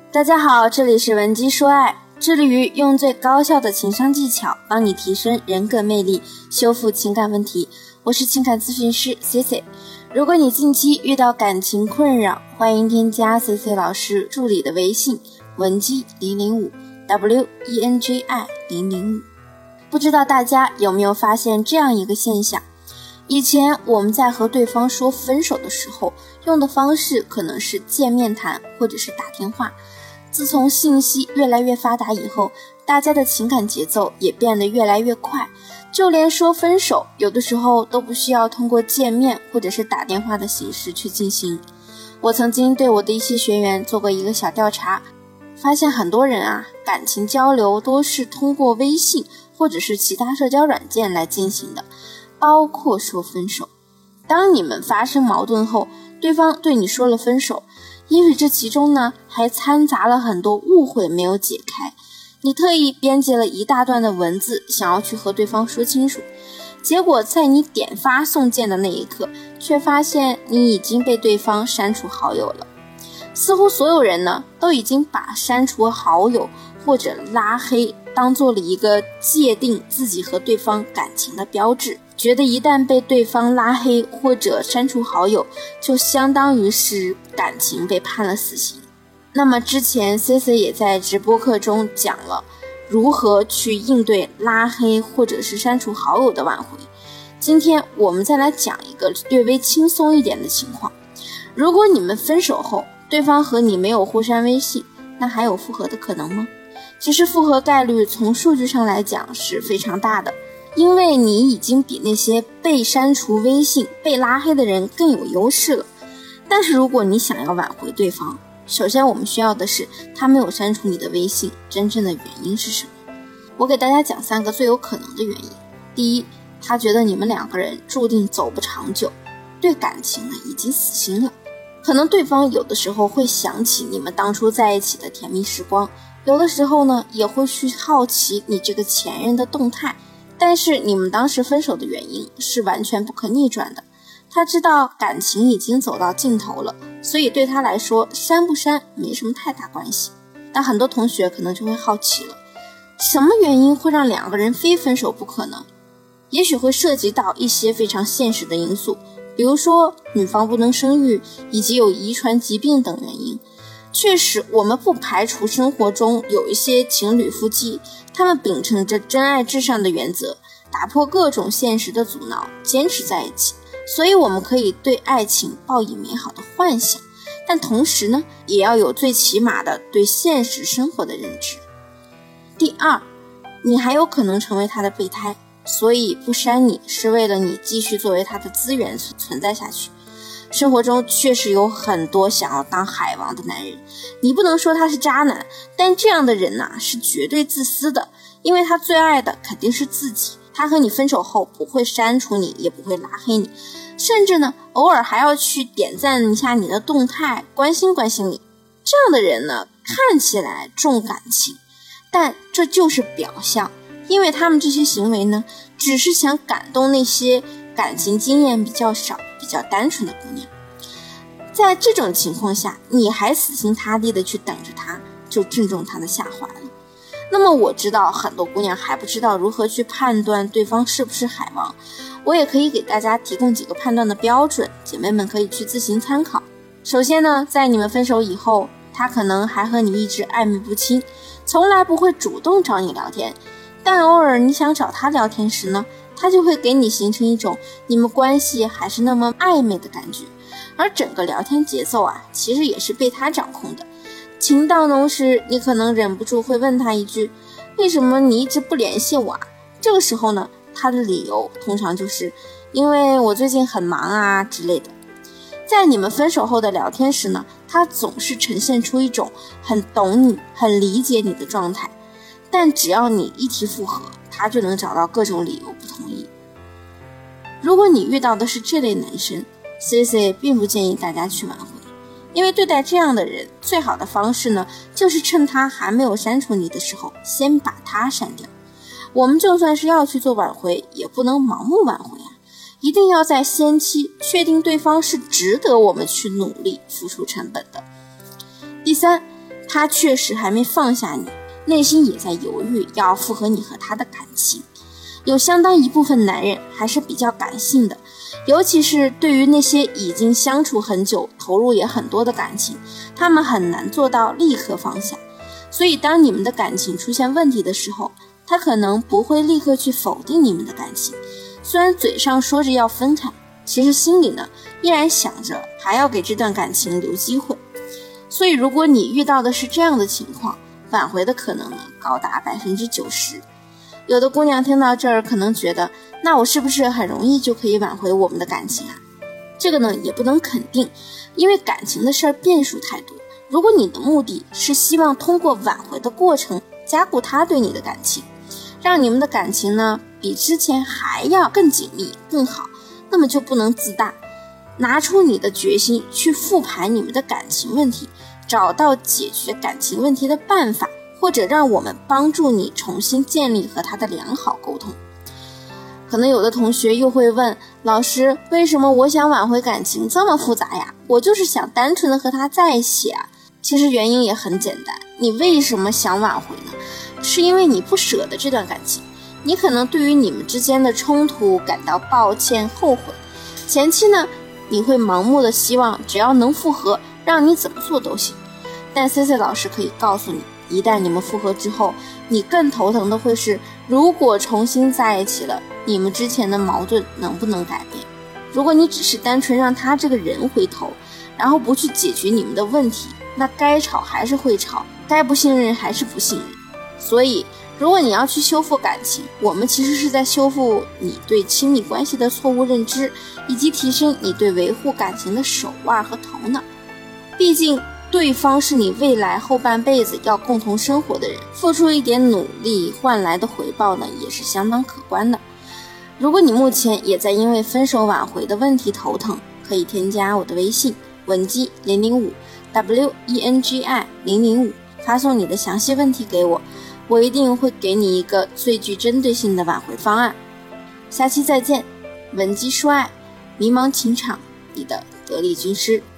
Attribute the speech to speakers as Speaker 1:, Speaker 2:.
Speaker 1: 大家好，这里是文姬说爱，致力于用最高效的情商技巧帮你提升人格魅力，修复情感问题。我是情感咨询师 CC。 如果你近期遇到感情困扰，欢迎添加 CC 老师助理的微信文姬005 WENGI 005。不知道大家有没有发现这样一个现象，以前我们在和对方说分手的时候，用的方式可能是见面谈或者是打电话。自从信息越来越发达以后，大家的情感节奏也变得越来越快，就连说分手，有的时候都不需要通过见面或者是打电话的形式去进行。我曾经对我的一些学员做过一个小调查，发现很多人感情交流都是通过微信或者是其他社交软件来进行的，包括说分手。当你们发生矛盾后，对方对你说了分手，因为这其中呢还掺杂了很多误会没有解开，你特意编辑了一大段的文字，想要去和对方说清楚，结果在你点发送键的那一刻，却发现你已经被对方删除好友了。似乎所有人呢都已经把删除好友或者拉黑当做了一个界定自己和对方感情的标志，觉得一旦被对方拉黑或者删除好友，就相当于是感情被判了死刑。那么之前 CC 也在直播课中讲了如何去应对拉黑或者是删除好友的挽回。今天我们再来讲一个略微轻松一点的情况。如果你们分手后，对方和你没有互删微信，那还有复合的可能吗？其实复合概率从数据上来讲是非常大的，因为你已经比那些被删除微信、被拉黑的人更有优势了。但是如果你想要挽回对方，首先我们需要的是他没有删除你的微信，真正的原因是什么？我给大家讲3个最有可能的原因。第一，他觉得你们2个人注定走不长久，对感情呢已经死心了。可能对方有的时候会想起你们当初在一起的甜蜜时光，有的时候呢也会去好奇你这个前任的动态，但是你们当时分手的原因是完全不可逆转的。他知道感情已经走到尽头了，所以对他来说删不删没什么太大关系。但很多同学可能就会好奇了，什么原因会让2个人非分手不可呢？也许会涉及到一些非常现实的因素，比如说女方不能生育，以及有遗传疾病等原因。确实，我们不排除生活中有一些情侣夫妻，他们秉承着真爱至上的原则，打破各种现实的阻挠，坚持在一起。所以我们可以对爱情抱以美好的幻想，但同时呢，也要有最起码的对现实生活的认知。第二，你还有可能成为他的备胎，所以不删你是为了你继续作为他的资源存在下去。生活中确实有很多想要当海王的男人，你不能说他是渣男，但这样的人是绝对自私的，因为他最爱的肯定是自己。他和你分手后不会删除你，也不会拉黑你，甚至呢偶尔还要去点赞一下你的动态，关心关心你。这样的人呢看起来重感情，但这就是表象，因为他们这些行为呢只是想感动那些感情经验比较少、比较单纯的姑娘。在这种情况下，你还死心塌地的去等着他，就正中他的下怀了。那么我知道很多姑娘还不知道如何去判断对方是不是海王，我也可以给大家提供几个判断的标准，姐妹们可以去自行参考。首先呢，在你们分手以后，他可能还和你一直暧昧不清，从来不会主动找你聊天，但偶尔你想找他聊天时呢，他就会给你形成一种你们关系还是那么暧昧的感觉，而整个聊天节奏其实也是被他掌控的。情到浓时，你可能忍不住会问他一句，为什么你一直不联系我？这个时候呢，他的理由通常就是因为我最近很忙之类的。在你们分手后的聊天时呢，他总是呈现出一种很懂你、很理解你的状态，但只要你一提复合，他就能找到各种理由不同意。如果你遇到的是这类男生， CC 并不建议大家去挽回，因为对待这样的人，最好的方式呢，就是趁他还没有删除你的时候，先把他删掉。我们就算是要去做挽回，也不能盲目挽回一定要在先期确定对方是值得我们去努力付出成本的。第三， 他确实还没放下你，内心也在犹豫要复合你和他的感情。有相当一部分男人还是比较感性的，尤其是对于那些已经相处很久、投入也很多的感情，他们很难做到立刻放下。所以当你们的感情出现问题的时候，他可能不会立刻去否定你们的感情，虽然嘴上说着要分开，其实心里呢依然想着还要给这段感情留机会。所以如果你遇到的是这样的情况，挽回的可能呢高达90%。有的姑娘听到这儿可能觉得，那我是不是很容易就可以挽回我们的感情啊？这个呢也不能肯定，因为感情的事儿变数太多。如果你的目的是希望通过挽回的过程加固他对你的感情，让你们的感情呢比之前还要更紧密更好，那么就不能自大，拿出你的决心去复盘你们的感情问题，找到解决感情问题的办法，或者让我们帮助你重新建立和他的良好沟通。可能有的同学又会问，老师，为什么我想挽回感情这么复杂呀？我就是想单纯的和他在一起啊。其实原因也很简单，你为什么想挽回呢？是因为你不舍得这段感情，你可能对于你们之间的冲突感到抱歉后悔。前期呢，你会盲目的希望只要能复合，让你怎么做都行。但 CC 老师可以告诉你，一旦你们复合之后，你更头疼的会是，如果重新在一起了，你们之前的矛盾能不能改变？如果你只是单纯让他这个人回头，然后不去解决你们的问题，那该吵还是会吵，该不信任还是不信任。所以如果你要去修复感情，我们其实是在修复你对亲密关系的错误认知，以及提升你对维护感情的手腕和头脑。毕竟对方是你未来后半辈子要共同生活的人，付出一点努力换来的回报呢，也是相当可观的。如果你目前也在因为分手挽回的问题头疼，可以添加我的微信文姬005 WENGI 005，发送你的详细问题给我，我一定会给你一个最具针对性的挽回方案。下期再见，文姬说爱，迷茫情场，你的得力军师。